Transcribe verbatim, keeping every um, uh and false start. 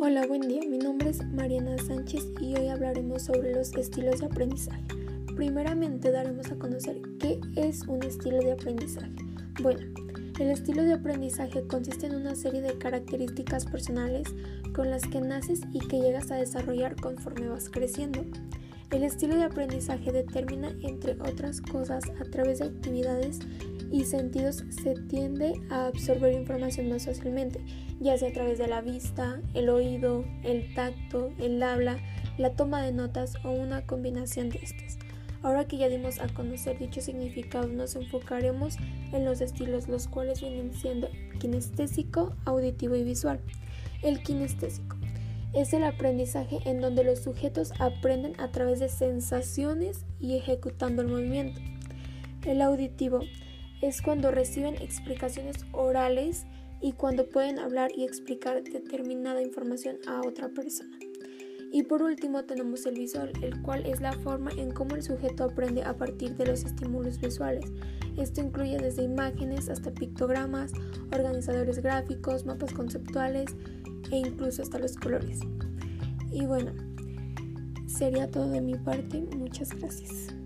Hola, buen día. Mi nombre es Mariana Sánchez y hoy hablaremos sobre los estilos de aprendizaje. Primeramente daremos a conocer qué es un estilo de aprendizaje. Bueno, el estilo de aprendizaje consiste en una serie de características personales con las que naces y que llegas a desarrollar conforme vas creciendo. El estilo de aprendizaje determina, entre otras cosas, a través de actividades y sentidos se tiende a absorber información más fácilmente, ya sea a través de la vista, el oído, el tacto, el habla, la toma de notas o una combinación de estas. Ahora que ya dimos a conocer dicho significado, nos enfocaremos en los estilos, los cuales vienen siendo kinestésico, auditivo y visual. El kinestésico es el aprendizaje en donde los sujetos aprenden a través de sensaciones y ejecutando el movimiento. El auditivo es cuando reciben explicaciones orales y cuando pueden hablar y explicar determinada información a otra persona. Y por último tenemos el visual, el cual es la forma en cómo el sujeto aprende a partir de los estímulos visuales. Esto incluye desde imágenes hasta pictogramas, organizadores gráficos, mapas conceptuales e incluso hasta los colores. Y bueno, sería todo de mi parte. Muchas gracias.